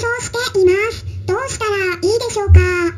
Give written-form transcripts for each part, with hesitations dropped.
しています。どうしたらいいでしょうか？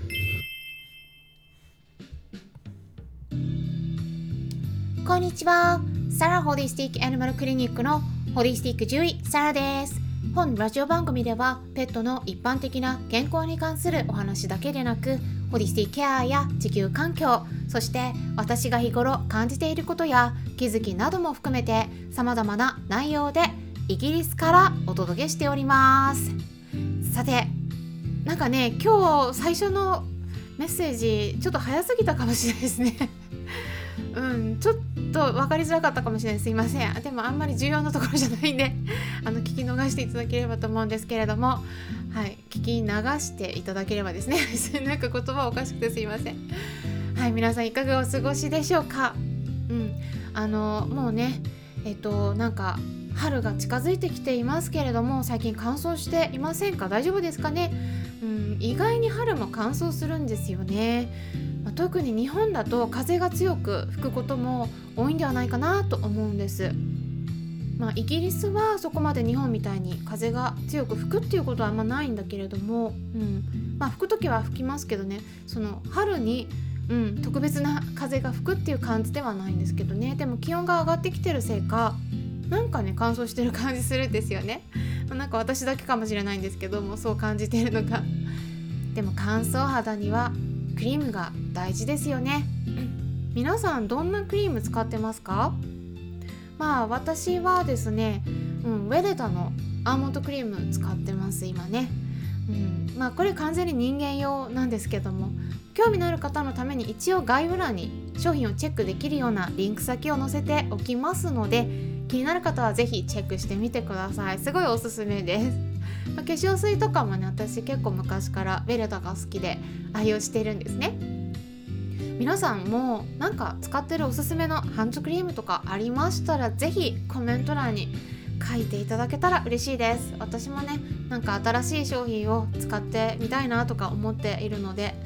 こんにちは。サラホリスティックアニマルクリニックのホリスティック獣医サラです。本ラジオ番組ではペットの一般的な健康に関するお話だけでなく、ホリスティックケアや地球環境、そして私が日頃感じていることや気づきなども含めて様々な内容でイギリスからお届けしております。さて、なんかね、今日最初のメッセージちょっと早すぎたかもしれないですねちょっと分かりづらかったかもしれない。すいません。でもあんまり重要なところじゃないんで聞き逃していただければと思うんですけれども、はい、聞き流していただければですねなんか言葉おかしくてすいません。はい、皆さんいかがお過ごしでしょうか？もうね、なんか春が近づいてきていますけれども、最近乾燥していませんか？大丈夫ですかね？意外に春も乾燥するんですよね。特に日本だと風が強く吹くことも多いんではないかなと思うんです。イギリスはそこまで日本みたいに風が強く吹くっていうことはあんまないんだけれども、吹くときは吹きますけどね、その春に特別な風が吹くっていう感じではないんですけどね。でも気温が上がってきてるせいか、なんかね乾燥してる感じするんですよね。なんか私だけかもしれないんですけども、そう感じてるのがでも乾燥肌にはクリームが大事ですよね。皆さんどんなクリーム使ってますか？私はですね、ウェルダのアーモンドクリーム使ってます今ね。これ完全に人間用なんですけども、興味のある方のために一応概要欄に商品をチェックできるようなリンク先を載せておきますので、気になる方はぜひチェックしてみてください。すごいおすすめです。化粧水とかもね、私結構昔からウェルダが好きで愛用しているんですね。皆さんもなんか使ってるおすすめのハンドクリームとかありましたら、ぜひコメント欄に書いていただけたら嬉しいです。私もね、なんか新しい商品を使ってみたいなとか思っているので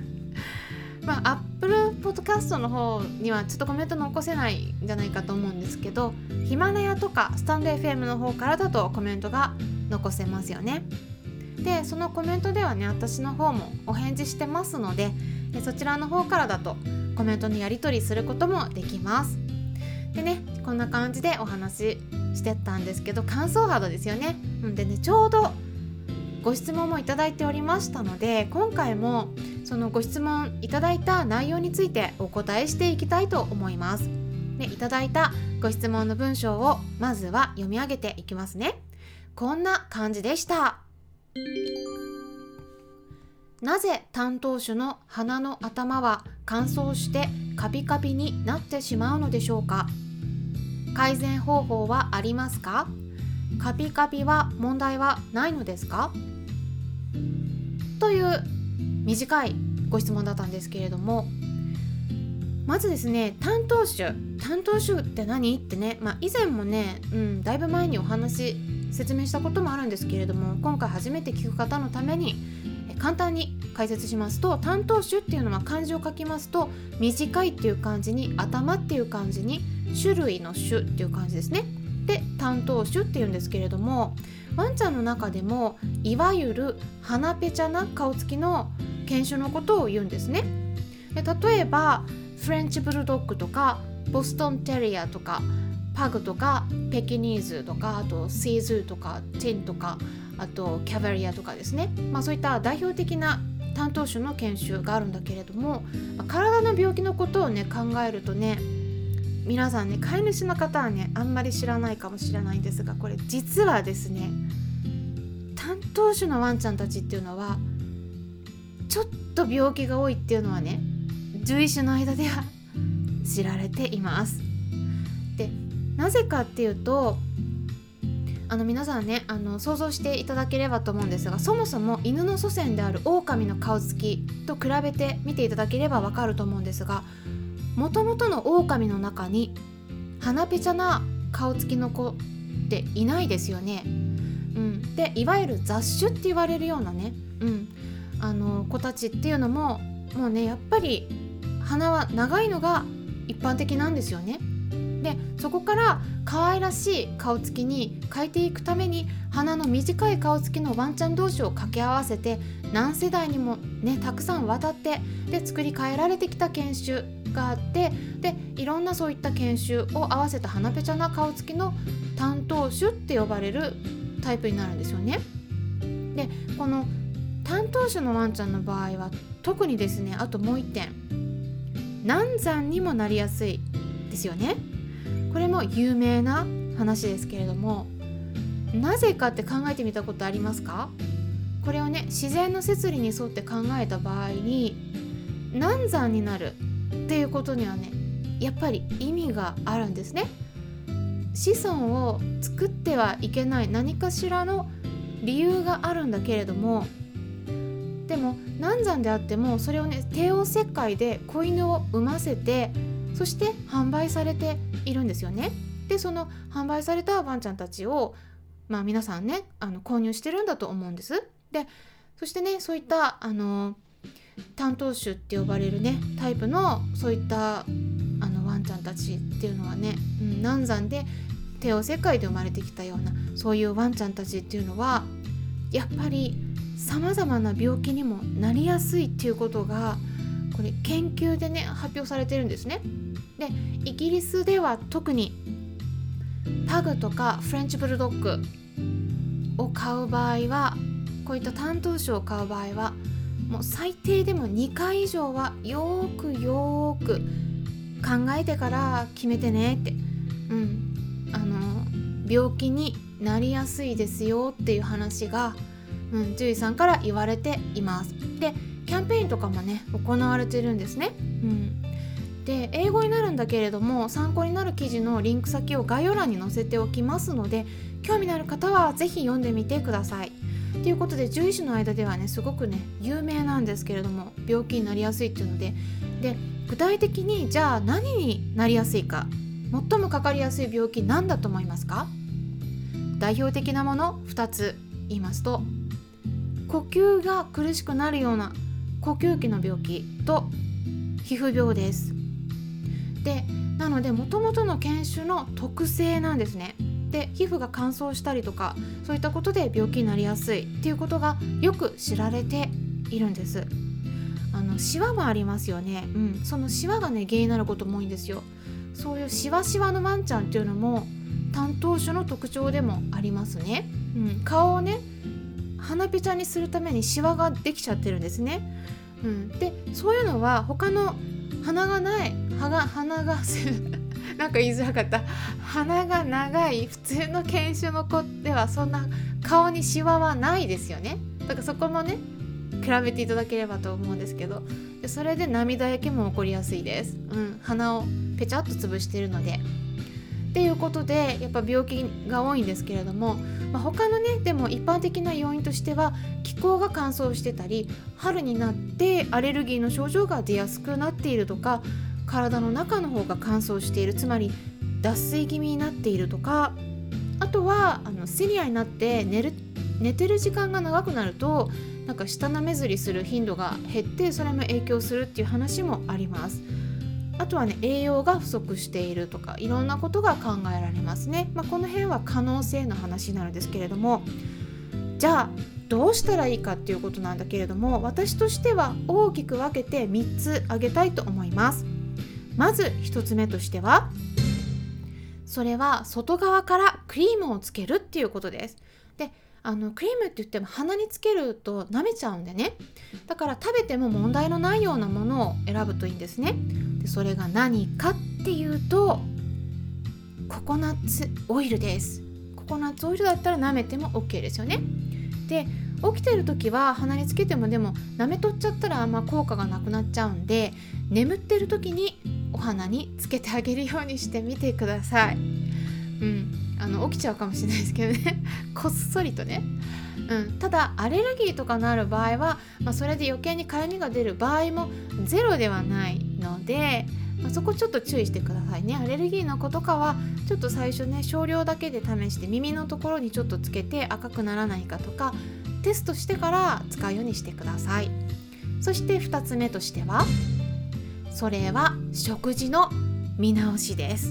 Apple Podcast の方にはちょっとコメント残せないんじゃないかと思うんですけど、ヒマラヤとかスタンド FM の方からだとコメントが残せますよね。で、そのコメントではね、私の方もお返事してますので、そちらの方からだとコメントのやり取りすることもできます。でね、こんな感じでお話ししてたんですけど、乾燥肌ですよね。でね、ちょうどご質問もいただいておりましたので、今回もそのご質問いただいた内容についてお答えしていきたいと思います。で、いただいたご質問の文章をまずは読み上げていきますね。こんな感じでした。なぜ担当種の鼻の頭は乾燥してカピカピになってしまうのでしょうか？改善方法はありますか？カピカピは問題はないのですか？という短いご質問だったんですけれども、まずですね、担当種って何ってね、以前もね、だいぶ前に説明したこともあるんですけれども、今回初めて聞く方のために簡単に解説しますと、担当種っていうのは漢字を書きますと、短いっていう漢字に頭っていう漢字に種類の種っていう漢字ですね。で、担当種っていうんですけれども、ワンちゃんの中でもいわゆる鼻ペチャな顔つきの犬種のことを言うんですね。で、例えばフレンチブルドッグとかボストンテリアとかパグとかペキニーズとか、あとシーズーとかティンとか、あとキャバリアとかですね、そういった代表的な担当種の犬種があるんだけれども、体の病気のことをね考えるとね、皆さんね、飼い主の方はねあんまり知らないかもしれないんですが、これ実はですね、担当種のワンちゃんたちっていうのはちょっと病気が多いっていうのはね、獣医師の間では知られています。で、なぜかっていうと、皆さんね、想像していただければと思うんですが、そもそも犬の祖先である狼の顔つきと比べて見ていただければわかると思うんですが、もともとの狼の中に鼻ペチャな顔つきの子っていないですよね。で、いわゆる雑種って言われるようなね、子たちっていうのももうね、やっぱり鼻は長いのが一般的なんですよね。 でそこから可愛らしい顔つきに変えていくために鼻の短い顔つきのワンちゃん同士を掛け合わせて何世代にもねたくさん渡ってで作り変えられてきた犬種があって、でいろんなそういった犬種を合わせた鼻ペチャな顔つきの担当種って呼ばれるタイプになるんですよね。でこの担当種のワンちゃんの場合は特にですね、あともう一点、難産にもなりやすいですよね。これも有名な話ですけれども、なぜかって考えてみたことありますか？これをね、自然の摂理に沿って考えた場合に難産になるっていうことにはね、やっぱり意味があるんですね。子孫を作ってはいけない何かしらの理由があるんだけれども、でも難産であってもそれをね、帝王切開で子犬を産ませて、そして販売されているんですよね。でその販売されたワンちゃんたちを皆さんね購入してるんだと思うんです。でそしてね、そういった担当種って呼ばれるねタイプのそういったワンちゃんたちっていうのはね、難産で帝王切開で生まれてきたようなそういうワンちゃんたちっていうのはやっぱりさまざまな病気にもなりやすいっていうことがこれ研究でね発表されてるんですね。でイギリスでは特にパグとかフレンチブルドッグを買う場合は、こういった担当種を買う場合はもう最低でも2回以上はよーく考えてから決めてねって、病気になりやすいですよっていう話が、獣医さんから言われています。でキャンペーンとかもね行われてるんですね。で英語になるんだけれども参考になる記事のリンク先を概要欄に載せておきますので、興味のある方はぜひ読んでみてください。ということで獣医師の間ではねすごくね有名なんですけれども、病気になりやすいっていうので、具体的にじゃあ何になりやすいか、最もかかりやすい病気何だと思いますか？代表的なもの2つ言いますと、呼吸が苦しくなるような呼吸器の病気と皮膚病です。でなので元々の犬種の特性なんですね。で皮膚が乾燥したりとかそういったことで病気になりやすいっていうことがよく知られているんです。シワもありますよね。そのシワがね原因になることも多いんですよ。そういうシワシワのワンちゃんっていうのも担当種の特徴でもありますね。顔をね鼻ペチャにするためにシワができちゃってるんですね。でそういうのは他の鼻がない鼻がなんか言いづらかった。鼻が長い普通の犬種の子ではそんな顔にシワはないですよね。だからそこもね比べていただければと思うんですけど、でそれで涙焼けも起こりやすいです。鼻をペチャッと潰しているのでっていうことでやっぱ病気が多いんですけれども、他のねでも一般的な要因としては気候が乾燥してたり、春になってアレルギーの症状が出やすくなっているとか、体の中の方が乾燥している、つまり脱水気味になっているとか、あとはセリアになって寝てる時間が長くなるとなんか舌なめずりする頻度が減って、それも影響するっていう話もあります。あとはね栄養が不足しているとか、いろんなことが考えられますね。この辺は可能性の話になるんですけれども、じゃあどうしたらいいかっていうことなんだけれども、私としては大きく分けて3つ挙げたいと思います。まず1つ目としては、それは外側からクリームをつけるっていうことです。でクリームって言っても鼻につけると舐めちゃうんでね、だから食べても問題のないようなものを選ぶといいんですね。でそれが何かっていうとココナッツオイルです。ココナッツオイルだったら舐めても OK ですよね。で起きてる時は鼻につけても、でも舐めとっちゃったら効果がなくなっちゃうんで、眠ってる時にお鼻につけてあげるようにしてみてください。起きちゃうかもしれないですけどねこっそりとね。ただアレルギーとかのある場合は、それで余計にかゆみが出る場合もゼロではないので、そこちょっと注意してくださいね。アレルギーの子とかはちょっと最初ね少量だけで試して耳のところにちょっとつけて赤くならないかとかテストしてから使うようにしてください。そして2つ目としては、それは食事の見直しです。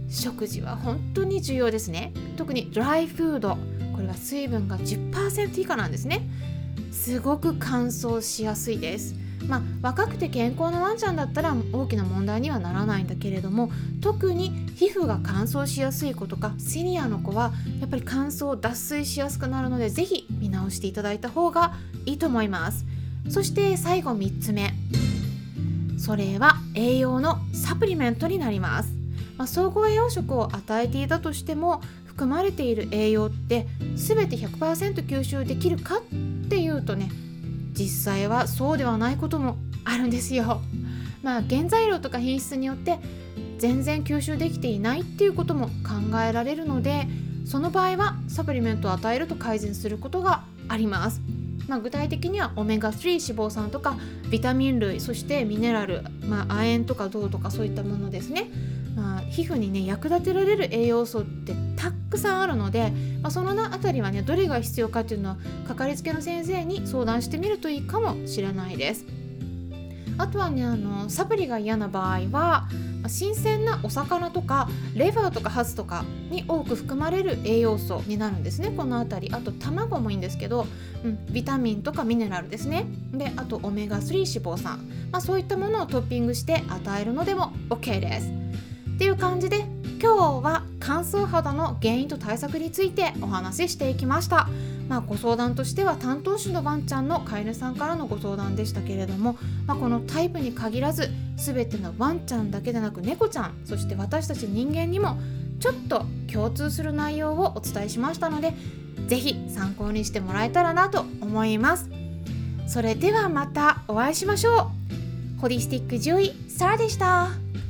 食事は本当に重要ですね。特にドライフード、これは水分が 10% 以下なんですね。すごく乾燥しやすいです。若くて健康なワンちゃんだったら大きな問題にはならないんだけれども、特に皮膚が乾燥しやすい子とかシニアの子はやっぱり乾燥脱水しやすくなるので、ぜひ見直していただいた方がいいと思います。そして最後3つ目、それは栄養のサプリメントになります。総合栄養食を与えていたとしても、含まれている栄養って全て 100% 吸収できるかっていうとね、実際はそうではないこともあるんですよ。原材料とか品質によって全然吸収できていないっていうことも考えられるので、その場合はサプリメントを与えると改善することがあります。具体的にはオメガ3脂肪酸とかビタミン類、そしてミネラル、亜鉛とか銅とかそういったものですね。皮膚にね役立てられる栄養素ってたくさんあるので、そのあたりはねどれが必要かっていうのはかかりつけの先生に相談してみるといいかもしれないです。あとはねサプリが嫌な場合は新鮮なお魚とかレバーとかハツとかに多く含まれる栄養素になるんですね。このあたり、あと卵もいいんですけど、ビタミンとかミネラルですね。であとオメガ3脂肪酸、そういったものをトッピングして与えるのでも OK ですっていう感じで、今日は乾燥肌の原因と対策についてお話ししていきました。ご相談としては担当種のワンちゃんの飼い主さんからのご相談でしたけれども、このタイプに限らず全てのワンちゃんだけでなく猫ちゃん、そして私たち人間にもちょっと共通する内容をお伝えしましたので、ぜひ参考にしてもらえたらなと思います。それではまたお会いしましょう。ホリスティック獣医サラでした。